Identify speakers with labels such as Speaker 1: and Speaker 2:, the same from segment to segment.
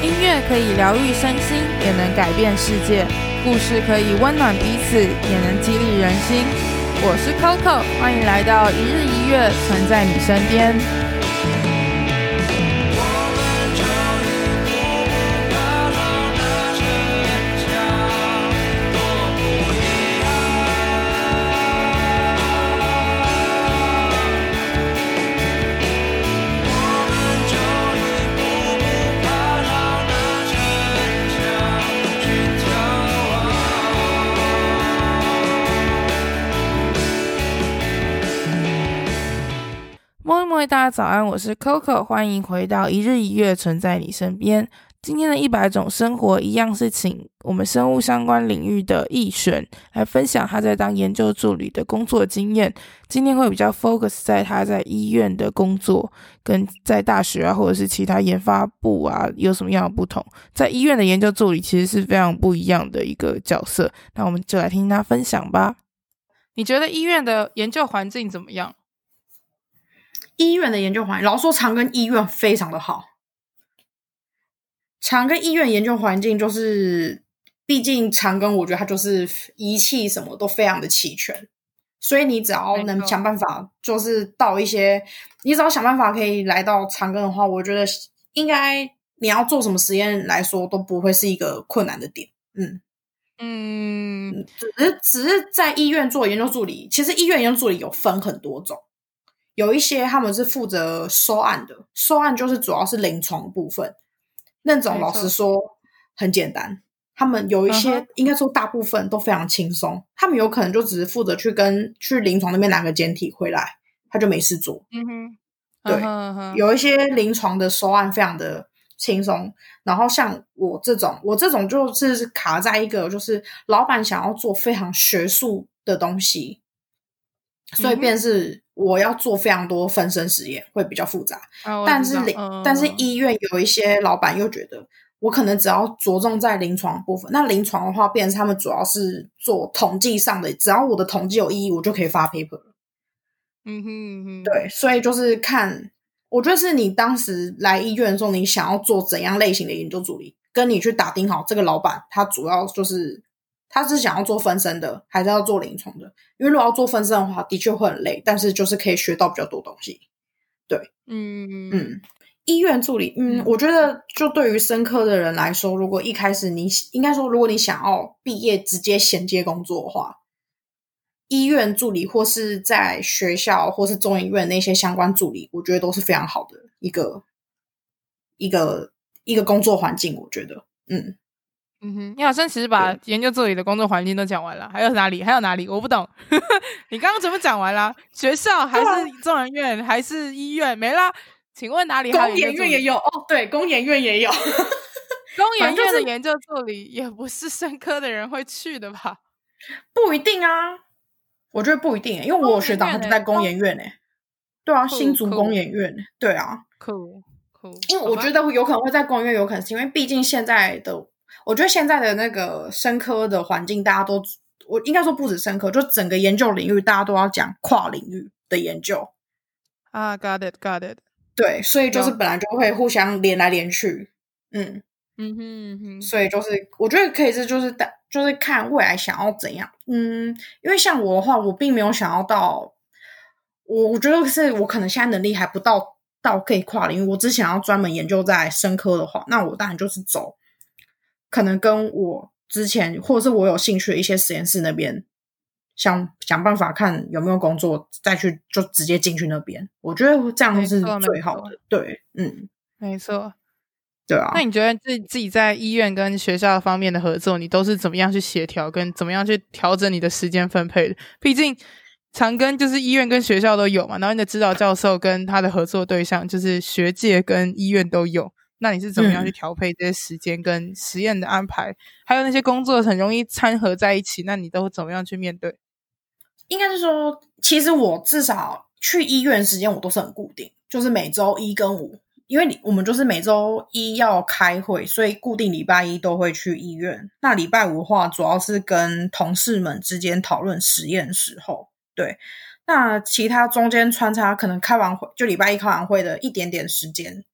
Speaker 1: 音乐可以疗愈身心，也能改变世界；故事可以温暖彼此，也能激励人心。我是 Coco， 欢迎来到一日一乐，存在你身边。各位大家早安，我是 Coco， 欢迎回到一日一乐，存在你身边。今天的100种生活一样是请我们生物相关领域的易璇来分享他在当研究助理的工作经验。今天会比较 focus 在他在医院的工作跟在大学啊或者是其他研发部啊有什么样的不同。在医院的研究助理其实是非常不一样的一个角色，那我们就来听他分享吧。你觉得医院的研究环境怎么样？
Speaker 2: 医院的研究环境，老实说长庚医院非常的好。长庚医院研究环境就是，毕竟长庚我觉得它就是仪器什么都非常的齐全，所以你只要能想办法，就是到一些，你只要想办法可以来到长庚的话，我觉得应该你要做什么实验来说都不会是一个困难的点。只是在医院做研究助理，其实医院研究助理有分很多种。有一些他们是负责收案的，收案就是主要是临床部分，那种老实说很简单。他们有一些应该说大部分都非常轻松，他们有可能就只是负责去临床那边拿个简体回来，他就没事做。对，有一些临床的收案非常的轻松，然后像我这种就是卡在一个就是老板想要做非常学术的东西，所以便是我要做非常多分身实验，会比较复杂。但是医院有一些老板又觉得我可能只要着重在临床部分，那临床的话变成他们主要是做统计上的，只要我的统计有意义我就可以发 paper 了。对，所以就是看，我觉得是你当时来医院的时候你想要做怎样类型的研究助理，跟你去打听好这个老板他主要就是他是想要做分身的还是要做临床的，因为如果要做分身的话的确会很累，但是就是可以学到比较多东西。对，医院助理我觉得就对于生科的人来说，如果一开始应该说如果你想要毕业直接衔接工作的话，医院助理或是在学校或是中医院那些相关助理，我觉得都是非常好的一个工作环境，我觉得
Speaker 1: 你好像其实把研究助理的工作环境都讲完了，还有哪里我不懂。你刚刚全部讲完了，学校还是中研院还是医院没啦？请问哪里还有？
Speaker 2: 工研院也有哦，对，工研院也有。
Speaker 1: 工研院的研究助理也不是生科的人会去的吧？
Speaker 2: 不一定啊，我觉得不一定，因为我有学长他就在工研院对啊，新竹工研院对啊，
Speaker 1: 酷。
Speaker 2: 因为我觉得有可能会在工研院，有可能是因为毕竟我觉得现在的那个生科的环境，大家都，我应该说不止生科，就整个研究领域大家都要讲跨领域的研究
Speaker 1: 啊。Got it。对，
Speaker 2: 所以就是本来就会互相连来连去。所以就是我觉得可以就是看未来想要怎样。因为像我的话，我并没有想要到，我觉得是我可能现在能力还不到可以跨领域，我只想要专门研究在生科的话，那我当然就是走可能跟我之前或者是我有兴趣的一些实验室那边想办法看有没有工作，再去就直接进去那边，我觉得这样是最好的。对，
Speaker 1: 没错，
Speaker 2: 对啊。
Speaker 1: 那你觉得自己在医院跟学校方面的合作，你都是怎么样去协调，跟怎么样去调整你的时间分配的？毕竟长庚就是医院跟学校都有嘛，然后你的指导教授跟他的合作对象就是学界跟医院都有，那你是怎么样去调配这些时间跟实验的安排，还有那些工作很容易掺和在一起，那你都怎么样去面对？
Speaker 2: 应该是说其实我至少去医院时间我都是很固定，就是每周1跟5，因为我们就是每周1要开会，所以固定礼拜1都会去医院。那礼拜5的话主要是跟同事们之间讨论实验时候。对，那其他中间穿插可能开完会，就礼拜1开完会的一点点时间，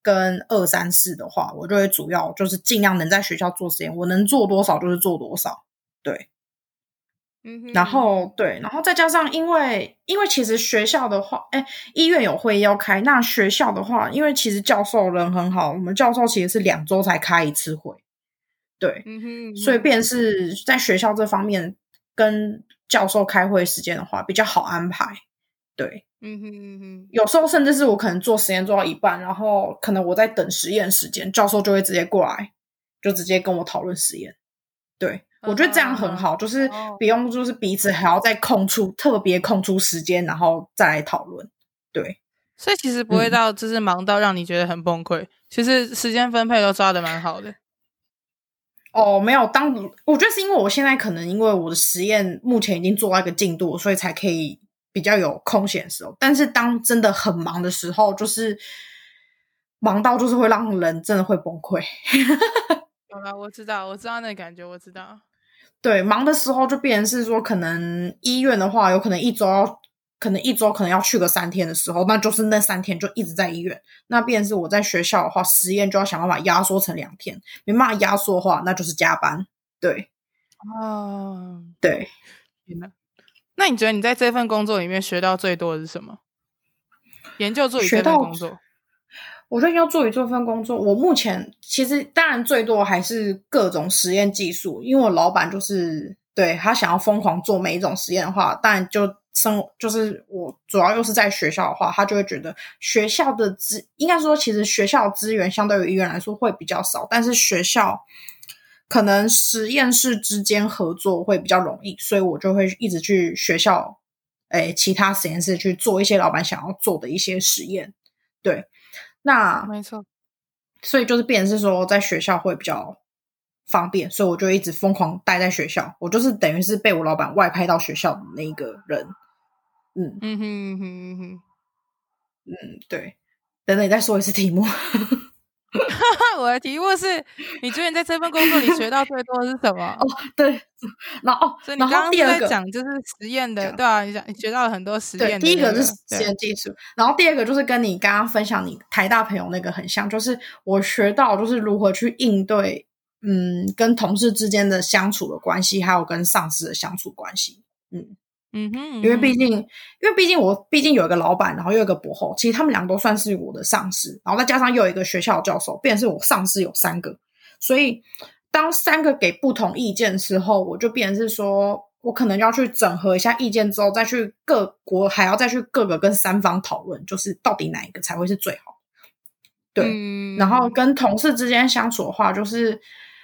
Speaker 2: 跟2、3、4的话，我就会主要就是尽量能在学校做实验，我能做多少就是做多少。对。然后对，然后再加上因为其实学校的话，医院有会议要开，那学校的话，因为其实教授人很好，我们教授其实是2周才开一次会。对，所以便是在学校这方面跟教授开会时间的话比较好安排。对，有时候甚至是我可能做实验做到一半，然后可能我在等实验时间，教授就会直接过来，就直接跟我讨论实验。对，我觉得这样很好，就是不用就是彼此还要再特别空出时间，然后再来讨论。对，
Speaker 1: 所以其实不会到就是忙到让你觉得很崩溃，其实时间分配都抓得蛮好的。
Speaker 2: 没有，我觉得是因为我现在可能因为我的实验目前已经做到一个进度，所以才可以比较有空闲的时候。但是当真的很忙的时候，就是忙到就是会让人真的会崩溃。
Speaker 1: 好啦，我知道那个感觉，我知道。
Speaker 2: 对，忙的时候就变成是说，可能医院的话，有可能一周可能要去个3天的时候，那就是那3天就一直在医院。那变成是我在学校的话，实验就要想办法压缩成2天，没办法压缩的话，那就是加班。对，对。
Speaker 1: 那你觉得你在这份工作里面学到最多的是什么？研究助理这份工作。
Speaker 2: 我觉得要做这份工作，我目前其实当然最多还是各种实验技术，因为我老板就是对他想要疯狂做每一种实验的话，当然就是我主要又是在学校的话，他就会觉得学校的应该说其实学校的资源相对于医院来说会比较少，但是学校可能实验室之间合作会比较容易，所以我就会一直去学校其他实验室去做一些老板想要做的一些实验。对，那
Speaker 1: 没错，
Speaker 2: 所以就是变成是说在学校会比较方便，所以我就一直疯狂待在学校，我就是等于是被我老板外派到学校的那一个人。对，等等你再说一次题目。
Speaker 1: 我的题目是你觉得你在这份工作里学到最多的是什么？
Speaker 2: 对，
Speaker 1: 所以你刚刚是在讲就是实验的，对啊，你学到了很多实验的。
Speaker 2: 对，第一个是实验技术，然后第二个就是跟你刚刚分享你台大朋友那个很像，就是我学到就是如何去应对跟同事之间的相处的关系，还有跟上司的相处关系。因为毕竟我有一个老板，然后又有一个博后，其实他们两个都算是我的上司，然后再加上又有一个学校的教授，变成是我上司有3个，所以当3个给不同意见的时候，我就变成是说我可能要去整合一下意见之后，再去还要再去各个跟3方讨论，就是到底哪一个才会是最好。对，然后跟同事之间相处的话，就是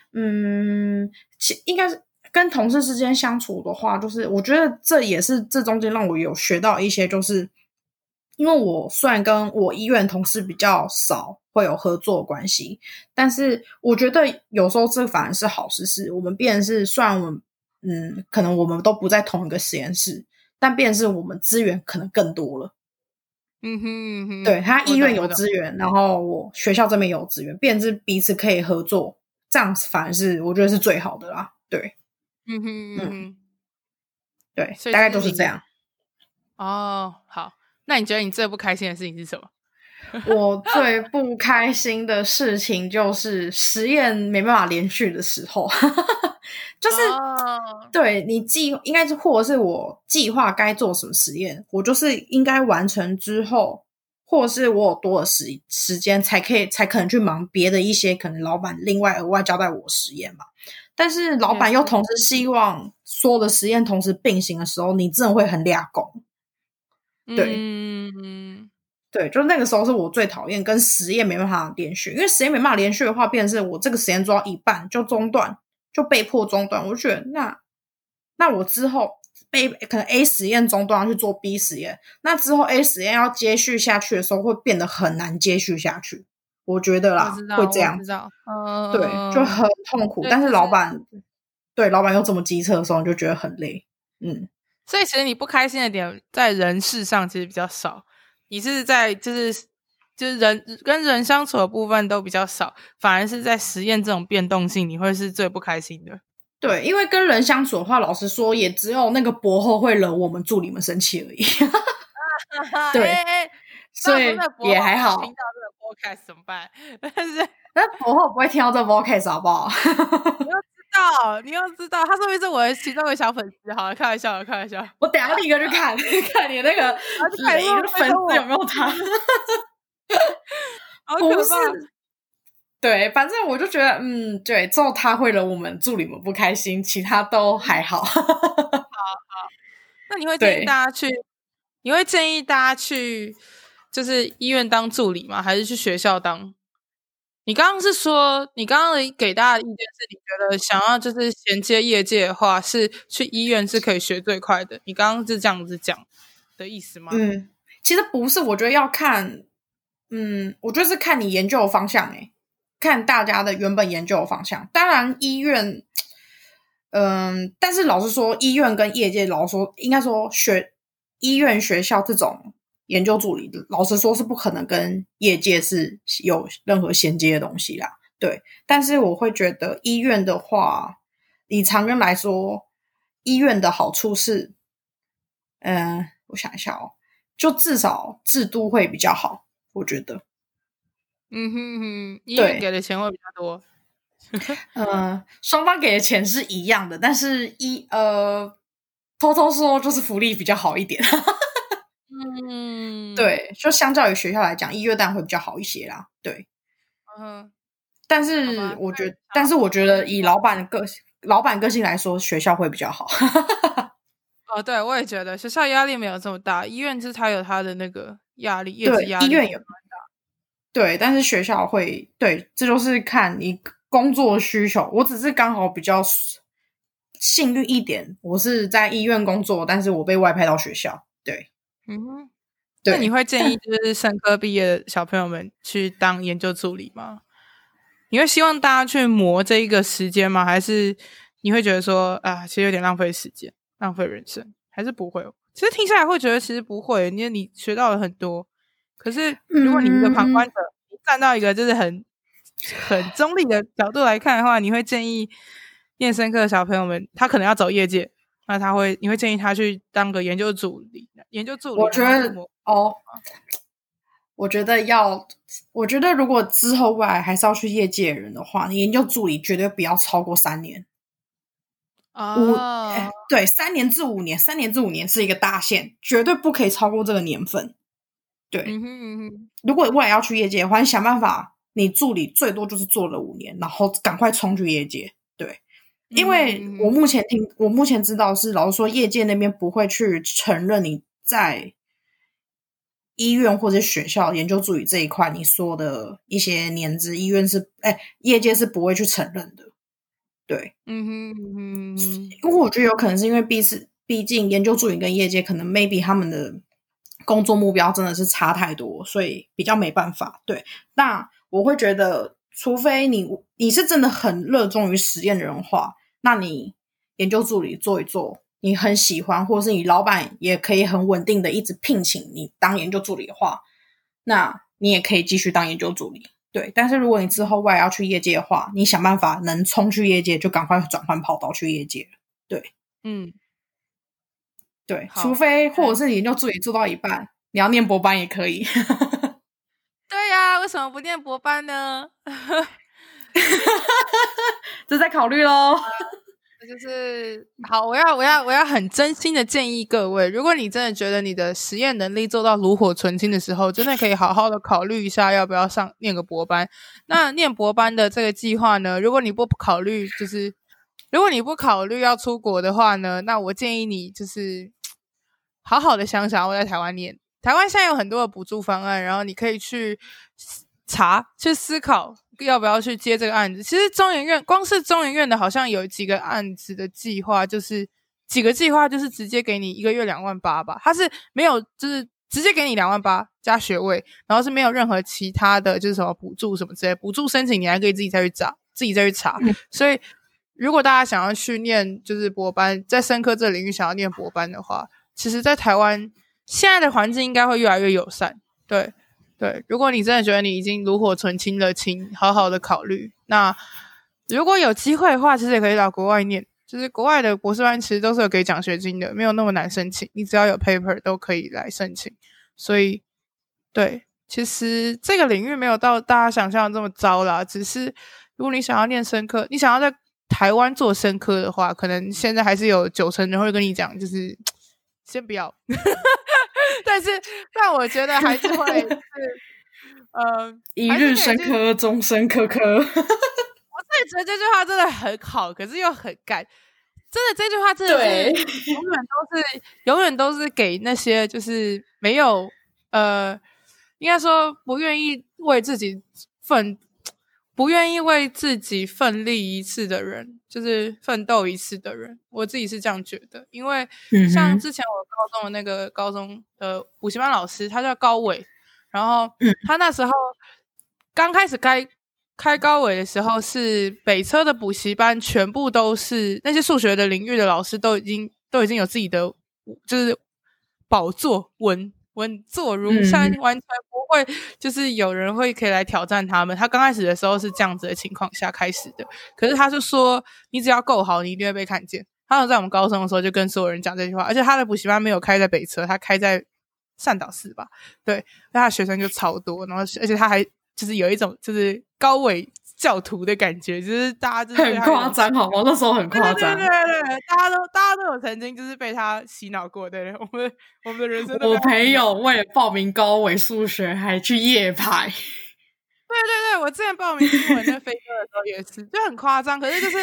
Speaker 2: 应该是跟同事之间相处的话，就是我觉得这也是这中间让我有学到一些，就是因为我虽然跟我医院同事比较少会有合作关系，但是我觉得有时候这反而是好事，是我们变成是虽然我们可能我们都不在同一个实验室，但变成是我们资源可能更多了。对，他医院有资源，然后我学校这边有资源，变成是彼此可以合作，这样反而是我觉得是最好的啦。对，对，大概就是这样。
Speaker 1: 好，那你觉得你最不开心的事情是什么？
Speaker 2: 我最不开心的事情就是实验没办法连续的时候。就是对你应该是或者是我计划该做什么实验，我就是应该完成之后，或者是我有多的时间才可能去忙别的一些可能老板另外额外交代我实验嘛。但是老板又同时希望所有的实验同时并行的时候，你真的会很俩拱。对，对，就那个时候是我最讨厌跟实验没办法连续，因为实验没办法连续的话，变成是我这个实验做到一半就中断，就被迫中断。我就觉得那我之后可能 A 实验中断要去做 B 实验，那之后 A 实验要接续下去的时候会变得很难接续下去，我觉得啦会这样，对，就很痛苦。但是老板又这么机车的时候，你就觉得很累。
Speaker 1: 所以其实你不开心的点在人事上其实比较少，你是在就是人跟人相处的部分都比较少，反而是在实验这种变动性你会是最不开心的。
Speaker 2: 对，因为跟人相处的话，老实说也只有那个博后会惹我们助理们生气而已。对，所以也还好。
Speaker 1: podcast 怎么办？
Speaker 2: 但博后不会听到这 podcast 好不好？
Speaker 1: 你要知道，他说明是我的其中一个小粉丝。好了，开玩笑。
Speaker 2: 我等一下立刻去看看你那个粉丝有没有他。不是，对，反正我就觉得，对，之后他会惹我们助理们不开心，其他都还好。好，
Speaker 1: 那你会建议大家去？你会建议大家去，就是医院当助理吗？还是去学校当？你刚刚是说，你刚刚给大家的意见是，你觉得想要就是衔接业界的话，是去医院是可以学最快的。你刚刚是这样子讲的意思吗？
Speaker 2: 其实不是，我觉得要看，我觉得是看你研究的方向，看大家的原本研究的方向。当然，医院，但是老实说，医院跟业界，老实说，应该说医院、学校这种研究助理，老实说是不可能跟业界是有任何衔接的东西啦。对，但是我会觉得医院的话，以长远来说，医院的好处是，我想一下哦，就至少制度会比较好，我觉得。
Speaker 1: 医院给的钱会比较多。
Speaker 2: 双方给的钱是一样的，但是偷偷说就是福利比较好一点。对，就相较于学校来讲，医院当然会比较好一些啦。对，但是我觉得以老板个性来说，学校会比较好。
Speaker 1: 对，我也觉得学校压力没有这么大，医院是他有他的那个压力，业绩压力。
Speaker 2: 医院也蛮大。对，但是学校会，对，这就是看你工作需求。我只是刚好比较幸运一点，我是在医院工作，但是我被外派到学校。对，
Speaker 1: 那你会建议就是生科毕业的小朋友们去当研究助理吗？你会希望大家去磨这一个时间吗？还是你会觉得说其实有点浪费时间，浪费人生？还是不会？其实听下来会觉得其实不会，因为你学到了很多。可是如果你一个旁观者，你站到一个就是很中立的角度来看的话，你会建议念生科的小朋友们，他可能要走业界，那你会建议他去当个研究助理？
Speaker 2: 我觉得我觉得如果之后未来还是要去业界的人的话，你研究助理绝对不要超过3年。对，3年至5年，3年至5年是一个大限，绝对不可以超过这个年份。对，如果未来要去业界的话，你想办法，你助理最多就是做了5年，然后赶快冲去业界。对，因为我目前知道是老师说，业界那边不会去承认你在医院或者学校研究助理这一块你说的一些年资，业界是不会去承认的。对，因为我觉得有可能是因为毕竟研究助理跟业界可能 maybe 他们的工作目标真的是差太多，所以比较没办法。对，那我会觉得，除非你是真的很热衷于实验的人的话，那你研究助理做一做，你很喜欢，或者是你老板也可以很稳定的一直聘请你当研究助理的话，那你也可以继续当研究助理。对，但是如果你之后未来要去业界的话，你想办法能冲去业界，就赶快转换跑道去业界。对，对，除非或者是你研究助理做到一半，你要念博班也可以。
Speaker 1: 对呀，为什么不念博班呢？
Speaker 2: 这在考虑咯。
Speaker 1: 就是好，我要很真心的建议各位，如果你真的觉得你的实验能力做到炉火纯青的时候，真的可以好好的考虑一下要不要念个博班。那念博班的这个计划呢，如果你不考虑要出国的话呢，那我建议你就是好好的想想我在台湾念。台湾现在有很多的补助方案，然后你可以去思考要不要去接这个案子。其实光是中研院的好像有几个案子的计划，就是直接给你1个月28000吧，它是没有就是直接给你28000加学位，然后是没有任何其他的就是什么补助什么之类，补助申请你还可以自己再去查。所以如果大家想要去念就是博班，在生科这领域想要念博班的话，其实在台湾现在的环境应该会越来越友善。对，如果你真的觉得你已经炉火纯青了，请好好的考虑。那如果有机会的话，其实也可以到国外念，就是国外的博士班其实都是有给奖学金的，没有那么难申请，你只要有 paper 都可以来申请。所以对， 其实这个领域没有到大家想象的这么糟啦，只是如果你想要念生科，你想要在台湾做生科的话，可能现在还是有90%人会跟你讲，就是先不要。但我觉得还是会就是
Speaker 2: 一日生科，终身科科。我自
Speaker 1: 己觉得这句话真的很好，可是又很干。真的这句话真的是永远都是给那些就是没有应该说不愿意为自己奋力一次的人，就是奋斗一次的人，我自己是这样觉得。因为像之前我高中的那个高中的补习班老师，他叫高伟，然后他那时候刚开始开高伟的时候，是北车的补习班全部都是那些数学的领域的老师都已经有自己的就是宝座稳坐如山，完全不会就是有人会可以来挑战他们。他刚开始的时候是这样子的情况下开始的，可是他就说你只要够好，你一定会被看见。他在我们高中的时候就跟所有人讲这句话，而且他的补习班没有开在北车，他开在善导寺吧，对，他的学生就超多，然后而且他还就是有一种就是高伟教徒的感觉，就是大家就是
Speaker 2: 很夸张，好吗？那时候很夸张，
Speaker 1: 对，大家都有曾经就是被他洗脑过，对，我们的人生都。
Speaker 2: 我朋友为了报名高伟数学还去夜排。
Speaker 1: 对，我之前报名英文那飞哥的时候也是，就很夸张。可是就是，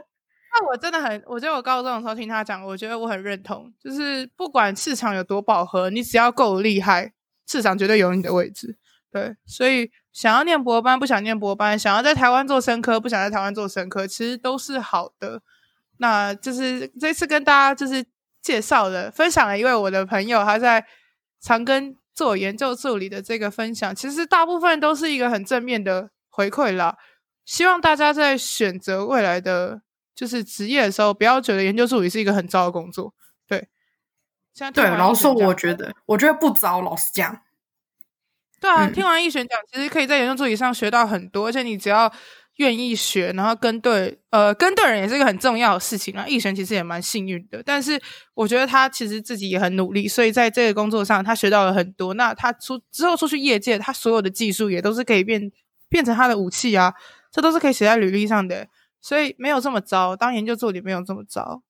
Speaker 1: 那我真的我觉得我高中的时候听他讲，我觉得我很认同，就是不管市场有多饱和，你只要够厉害，市场绝对有你的位置。对，所以想要念博班不想念博班，想要在台湾做生科不想在台湾做生科，其实都是好的。那就是这次跟大家就是介绍的分享了一位我的朋友，他在长庚做研究助理的这个分享，其实大部分都是一个很正面的回馈啦。希望大家在选择未来的就是职业的时候，不要觉得研究助理是一个很糟的工作。对，
Speaker 2: 对，老实说我觉得不糟，老实讲。
Speaker 1: 对啊，听完易璇讲，其实可以在研究助理上学到很多，而且你只要愿意学，然后跟对人也是一个很重要的事情啊。易璇其实也蛮幸运的，但是我觉得他其实自己也很努力，所以在这个工作上他学到了很多。那他之后出去业界，他所有的技术也都是可以变成他的武器啊，这都是可以写在履历上的，所以没有这么糟，当研究助理没有这么糟。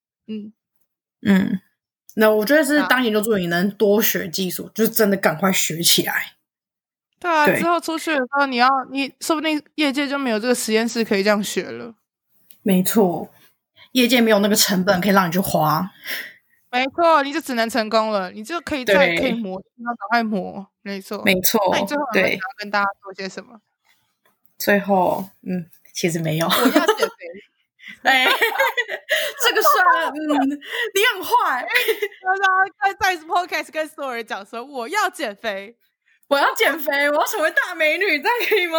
Speaker 2: 那我觉得是当研究助理能多学技术，就是真的赶快学起来。
Speaker 1: 对啊，之后出去的时候，你说不定业界就没有这个实验室可以这样学了。
Speaker 2: 没错，业界没有那个成本可以让你去花。
Speaker 1: 没错，你就只能成功了，你就可以磨，要赶快磨。没错。那你最后有没有想要跟大家说些什么？
Speaker 2: 最后，其实没有。
Speaker 1: 我要减肥。
Speaker 2: 这个算你很坏。
Speaker 1: 要在 podcast 跟所有人讲说，我要减肥。
Speaker 2: 我要减肥，我要成为大美女，这样可以吗？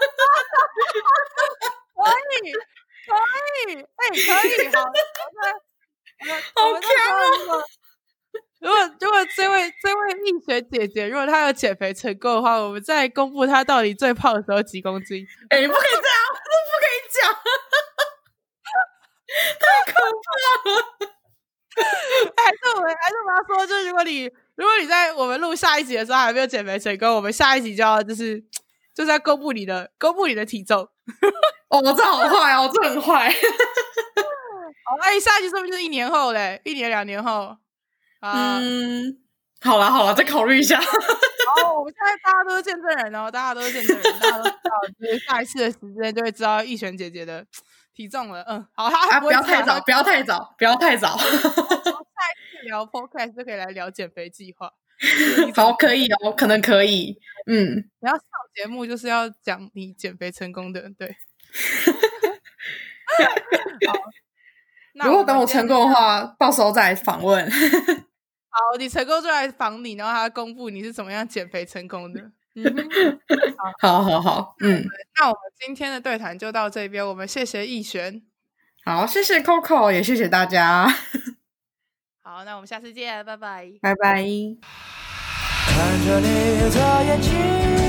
Speaker 1: 可以，好，
Speaker 2: 好强哦！
Speaker 1: 如果这位易璇姐姐，如果她有减肥成功的话，我们再公布她到底最胖的时候几公斤。
Speaker 2: 不可以这样，不可以讲，太可怕了。
Speaker 1: 还是我们要说，就是如果你在我们录下一集的时候还没有减肥成功，我们下一集就要就是要公布你的体重。
Speaker 2: 这好坏哦，这很坏。
Speaker 1: 下一集说不定就是1年后嘞，1年2年后。
Speaker 2: 好啦，再考虑一下。
Speaker 1: 我们现在大家都是见证人哦，大家都知道，就是下一次的时间就会知道易璇姐姐的体重了。好，
Speaker 2: 不要太早。
Speaker 1: 下一次聊 podcast 就可以来聊减肥计划。
Speaker 2: 好，可以哦，可能可以。
Speaker 1: 你要上节目就是要讲你减肥成功的，对。好，
Speaker 2: 如果等我成功的话，到时候再访问。
Speaker 1: 好，你成功就来访你，然后他公布你是怎么样减肥成功的。
Speaker 2: 好。
Speaker 1: 那我们今天的对谈就到这边，我们谢谢易璇。
Speaker 2: 好，谢谢 Coco， 也谢谢大家。
Speaker 1: 好，那我们下次见，拜拜。
Speaker 2: 拜拜。
Speaker 3: 看着你的眼睛